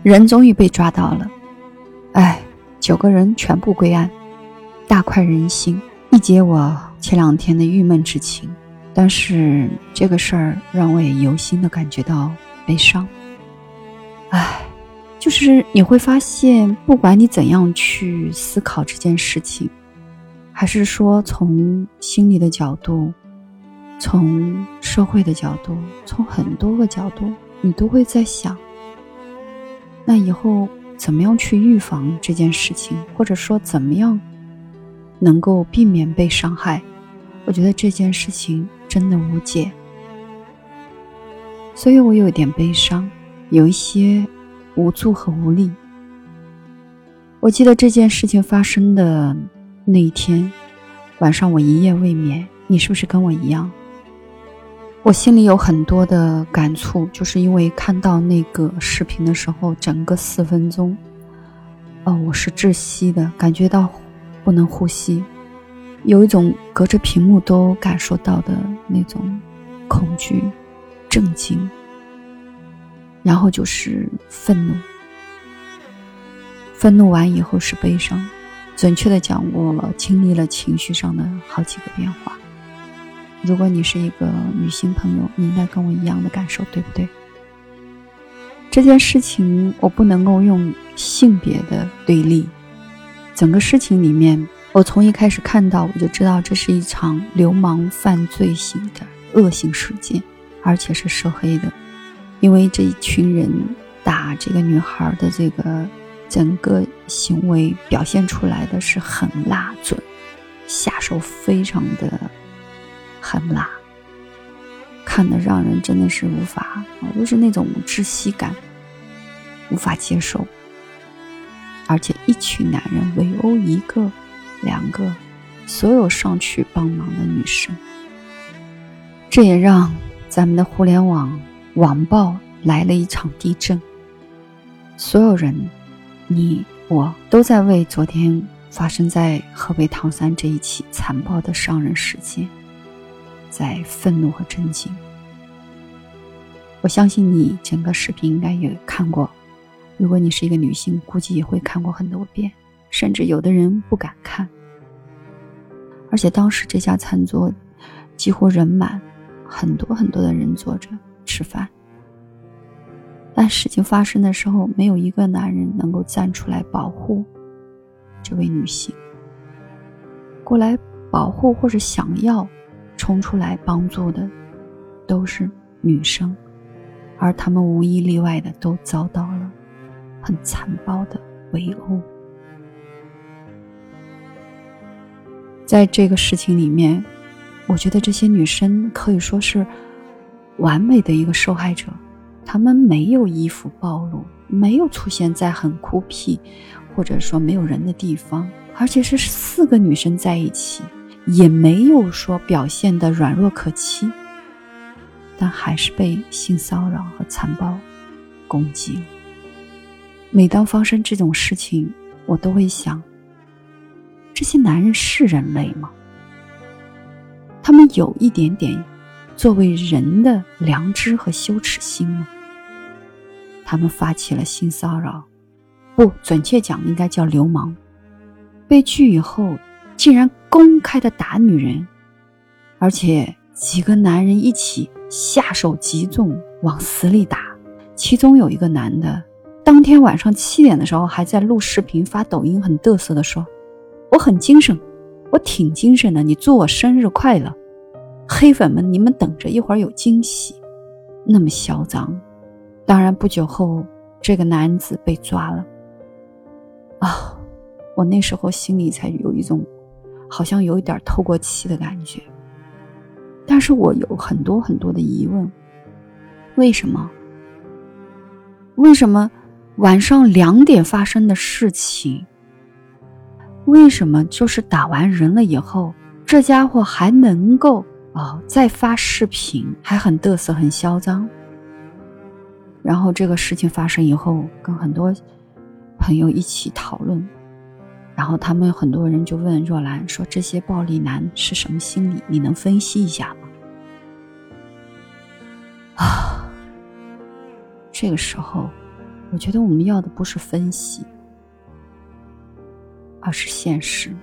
人终于被抓到了，9个人全部归案，大快人心，一解我前2天的郁闷之情。但是这个事儿让我也由心的感觉到悲伤。就是你会发现，不管你怎样去思考这件事情，还是说从心理的角度，从社会的角度，从很多个角度，你都会在想，那以后怎么样去预防这件事情，或者说怎么样能够避免被伤害。我觉得这件事情真的无解，所以我有一点悲伤，有一些无助和无力。我记得这件事情发生的那一天晚上，我一夜未眠。你是不是跟我一样？我心里有很多的感触，就是因为看到那个视频的时候，整个4分钟我是窒息的，感觉到不能呼吸，有一种隔着屏幕都感受到的那种恐惧、震惊，然后就是愤怒。愤怒完以后是悲伤，准确的讲，我经历了情绪上的好几个变化。如果你是一个女性朋友，你应该跟我一样的感受，对不对？这件事情我不能够用性别的对立，整个事情里面，我从一开始看到我就知道这是一场流氓犯罪型的恶性事件，而且是涉黑的。因为这一群人打这个女孩的这个整个行为表现出来的是很辣准，下手非常的很辣，看得让人真的是无法，就是那种窒息感，无法接受。而且一群男人围殴1个、2个所有上去帮忙的女生，这也让咱们的互联网网暴来了一场地震。所有人，你我都在为昨天发生在河北唐山这一起残暴的伤人事件在愤怒和震惊。我相信你整个视频应该也看过，如果你是一个女性，估计也会看过很多遍，甚至有的人不敢看。而且当时这家餐桌几乎人满，很多很多的人坐着吃饭，但事情发生的时候，没有一个男人能够站出来保护这位女性，过来保护或者想要冲出来帮助的都是女生，而她们无一例外的都遭到了很残暴的围殴。在这个事情里面，我觉得这些女生可以说是完美的一个受害者，她们没有衣服暴露，没有出现在很孤僻或者说没有人的地方，而且是4个女生在一起，也没有说表现得软弱可欺，但还是被性骚扰和残暴攻击。每当发生这种事情，我都会想，这些男人是人类吗？他们有一点点作为人的良知和羞耻心吗？他们发起了性骚扰，不，准确讲应该叫流氓，被拒以后竟然公开的打女人，而且几个男人一起下手极重往死里打。其中有一个男的当天晚上7点的时候还在录视频发抖音，很嘚瑟的说，我很精神，我挺精神的，你祝我生日快乐，黑粉们你们等着，一会儿有惊喜。那么嚣张。当然不久后这个男子被抓了我那时候心里才有一种好像有一点透过气的感觉。但是我有很多很多的疑问，为什么晚上2点发生的事情，为什么就是打完人了以后，这家伙还能够再发视频，还很嘚瑟很嚣张。然后这个事情发生以后，跟很多朋友一起讨论，然后他们很多人就问若兰说，这些暴力男是什么心理，你能分析一下吗？这个时候我觉得我们要的不是分析，而是现实。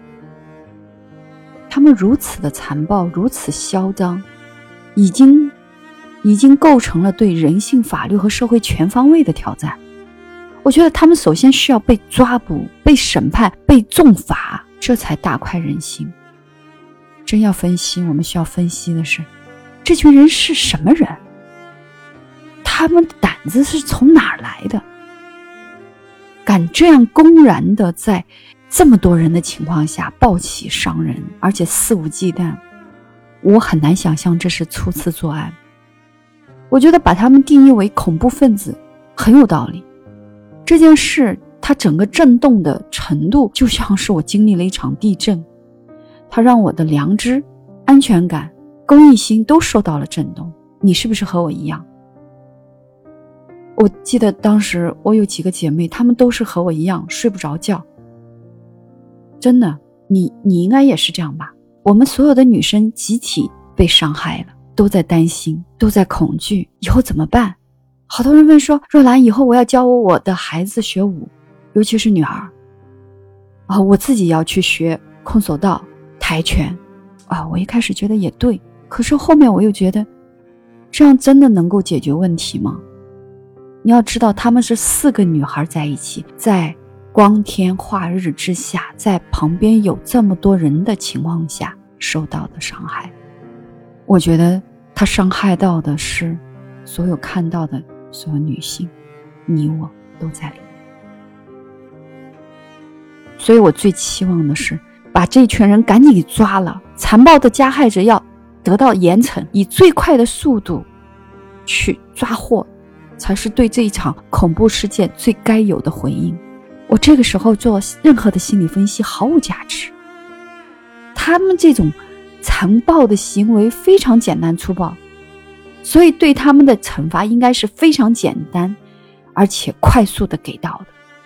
他们如此的残暴，如此嚣张，已经构成了对人性、法律和社会全方位的挑战。我觉得他们首先需要被抓捕、被审判、被重罚，这才大快人心。真要分析，我们需要分析的是，这群人是什么人？他们的胆子是从哪儿来的？敢这样公然的在这么多人的情况下暴起伤人，而且肆无忌惮，我很难想象这是初次作案。我觉得把他们定义为恐怖分子很有道理。这件事它整个震动的程度就像是我经历了一场地震，它让我的良知、安全感、公益心都受到了震动。你是不是和我一样？我记得当时我有几个姐妹，她们都是和我一样睡不着觉。真的，你应该也是这样吧？我们所有的女生集体被伤害了，都在担心，都在恐惧，以后怎么办？好多人问说，若兰，以后我要教我的孩子学舞，尤其是女儿我自己要去学空手道、跆拳我一开始觉得也对，可是后面我又觉得这样真的能够解决问题吗？你要知道，她们是4个女孩在一起，在光天化日之下，在旁边有这么多人的情况下受到的伤害。我觉得她伤害到的是所有看到的所有女性，你我都在里面。所以我最期望的是把这群人赶紧给抓了，残暴的加害者要得到严惩，以最快的速度去抓获，才是对这一场恐怖事件最该有的回应。我这个时候做任何的心理分析毫无价值。他们这种残暴的行为非常简单粗暴，所以对他们的惩罚应该是非常简单而且快速的给到的。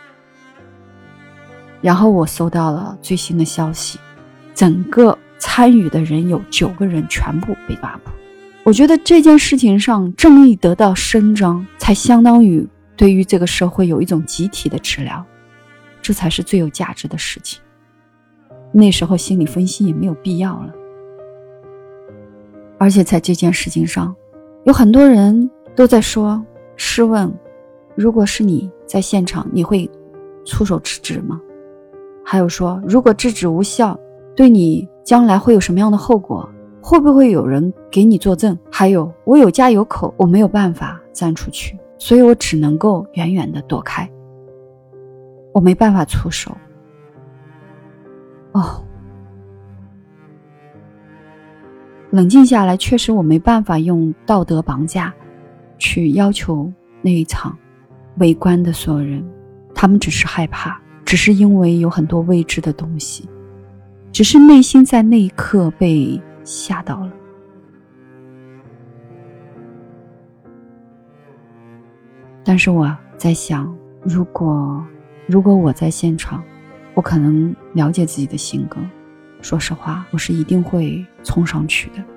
然后我收到了最新的消息，整个参与的人有9个人全部被抓捕。我觉得这件事情上正义得到伸张，才相当于对于这个社会有一种集体的治疗，这才是最有价值的事情。那时候心理分析也没有必要了。而且在这件事情上，有很多人都在说，试问如果是你在现场，你会出手制止吗？还有说，如果制止无效，对你将来会有什么样的后果？会不会有人给你作证？还有，我有家有口，我没有办法站出去，所以我只能够远远地躲开，我没办法出手。冷静下来，确实我没办法用道德绑架去要求那一场围观的所有人，他们只是害怕，只是因为有很多未知的东西，只是内心在那一刻被吓到了。但是我在想，如果我在现场，我可能了解自己的性格，说实话，我是一定会冲上去的。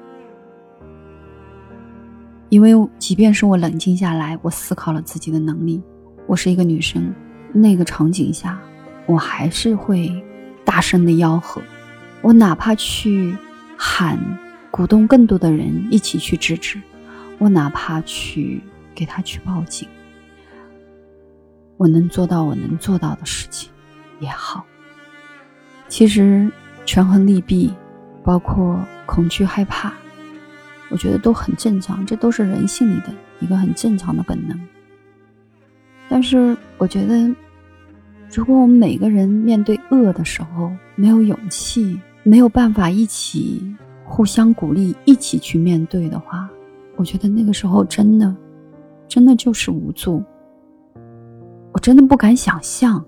因为即便是我冷静下来，我思考了自己的能力，我是一个女生，那个场景下我还是会大声的吆喝，我哪怕去喊，鼓动更多的人一起去制止，我哪怕去给他去报警，我能做到我能做到的事情也好。其实权衡利弊，包括恐惧害怕，我觉得都很正常，这都是人性里的一个很正常的本能。但是我觉得，如果我们每个人面对恶的时候没有勇气，没有办法一起互相鼓励，一起去面对的话，我觉得那个时候真的就是无助。我真的不敢想象。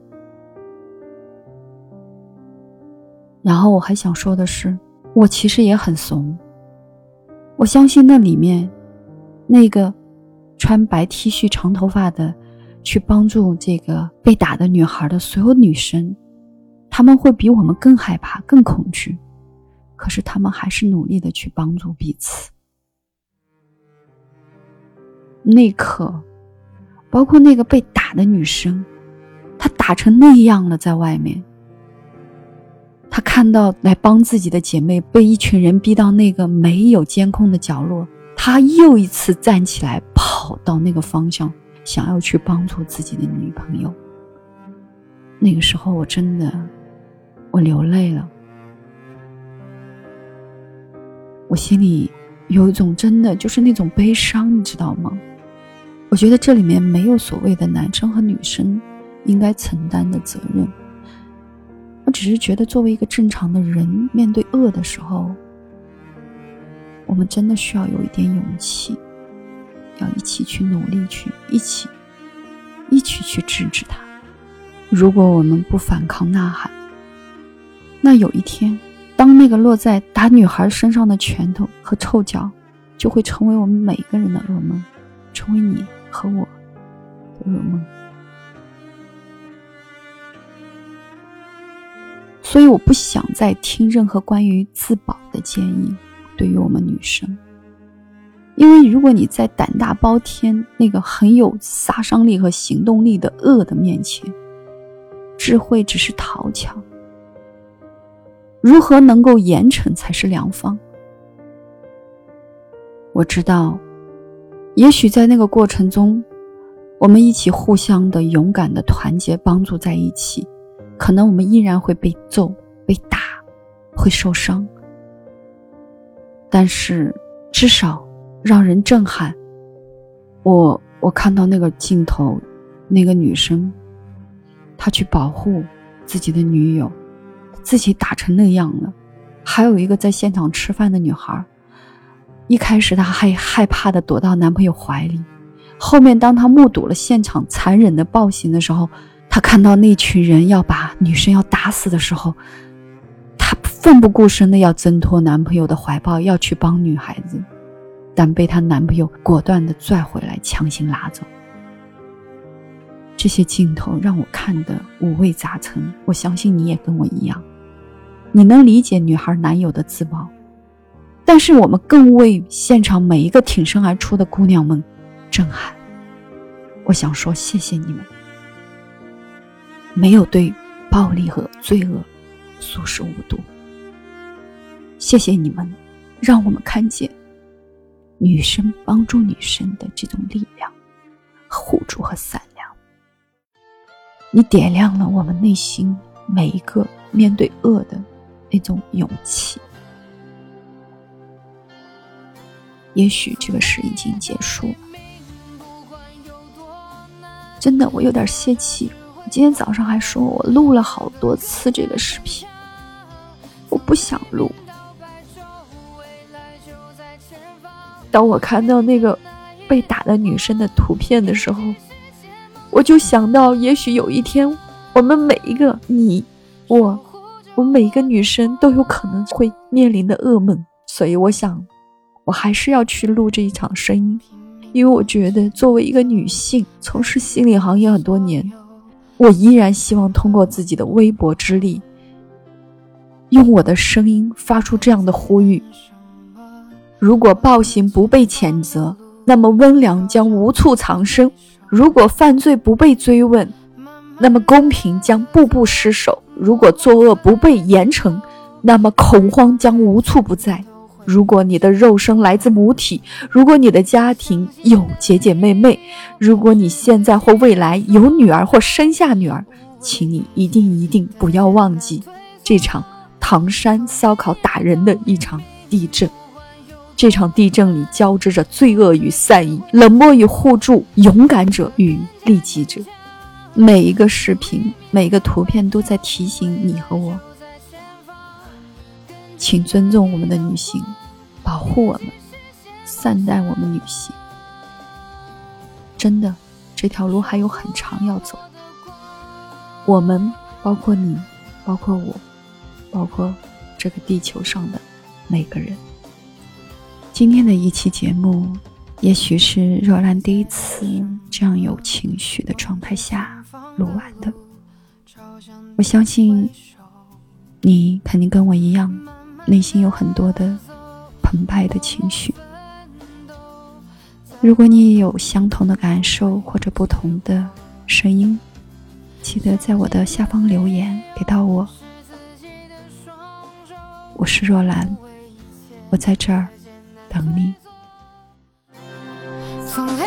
然后我还想说的是，我其实也很怂。我相信那里面那个穿白 T 恤长头发的去帮助这个被打的女孩的所有女生，她们会比我们更害怕更恐惧，可是她们还是努力的去帮助彼此。那一刻包括那个被打的女生，她打成那样了，在外面，她看到来帮自己的姐妹被一群人逼到那个没有监控的角落，她又一次站起来跑到那个方向，想要去帮助自己的女朋友。那个时候我真的流泪了，我心里有一种真的就是那种悲伤，你知道吗？我觉得这里面没有所谓的男生和女生应该承担的责任，我只是觉得作为一个正常的人，面对恶的时候，我们真的需要有一点勇气，要一起去努力，去一起去制止它。如果我们不反抗呐喊，那有一天当那个落在打女孩身上的拳头和臭脚就会成为我们每个人的噩梦，成为你和我的噩梦。所以我不想再听任何关于自保的建议，对于我们女生，因为如果你在胆大包天那个很有杀伤力和行动力的恶的面前，智慧只是讨巧，如何能够严惩才是良方。我知道也许在那个过程中，我们一起互相的勇敢的团结帮助在一起，可能我们依然会被揍被打，会受伤，但是至少让人震撼。我看到那个镜头，那个女生她去保护自己的女友，自己打成那样了。还有一个在现场吃饭的女孩，一开始她还害怕地躲到男朋友怀里，后面当她目睹了现场残忍的暴行的时候，她看到那群人要把女生要打死的时候，她奋不顾身的要挣脱男朋友的怀抱，要去帮女孩子，但被她男朋友果断地拽回来，强行拉走。这些镜头让我看得五味杂陈，我相信你也跟我一样，你能理解女孩男友的自保，但是我们更为现场每一个挺身而出的姑娘们震撼。我想说谢谢你们，没有对暴力和罪恶熟视无睹，谢谢你们让我们看见女生帮助女生的这种力量、互助和善良。你点亮了我们内心每一个面对恶的那种勇气。也许这个事已经结束了，真的我有点泄气。我今天早上还说我录了好多次这个视频，我不想录。当我看到那个被打的女生的图片的时候，我就想到也许有一天我们每一个你我们每一个女生都有可能会面临的噩梦。所以我想我还是要去录这一场声音，因为我觉得作为一个女性从事心理行业很多年，我依然希望通过自己的微薄之力，用我的声音发出这样的呼吁。如果暴行不被谴责，那么温良将无处藏身；如果犯罪不被追问，那么公平将步步失守；如果作恶不被严惩，那么恐慌将无处不在。如果你的肉身来自母体，如果你的家庭有姐姐妹妹，如果你现在或未来有女儿或生下女儿，请你一定不要忘记这场唐山烧烤打人的一场地震。这场地震里交织着罪恶与善意，冷漠与互助，勇敢者与利己者。每一个视频，每一个图片都在提醒你和我，请尊重我们的女性，保护我们，善待我们女性。真的，这条路还有很长要走。我们，包括你，包括我，包括这个地球上的每个人。今天的一期节目，也许是若兰第一次这样有情绪的状态下录完的。我相信你肯定跟我一样，内心有很多的澎湃的情绪。 如果你也有相同的感受或者不同的声音，记得在我的下方留言给到我。我是若兰，我在这儿等你。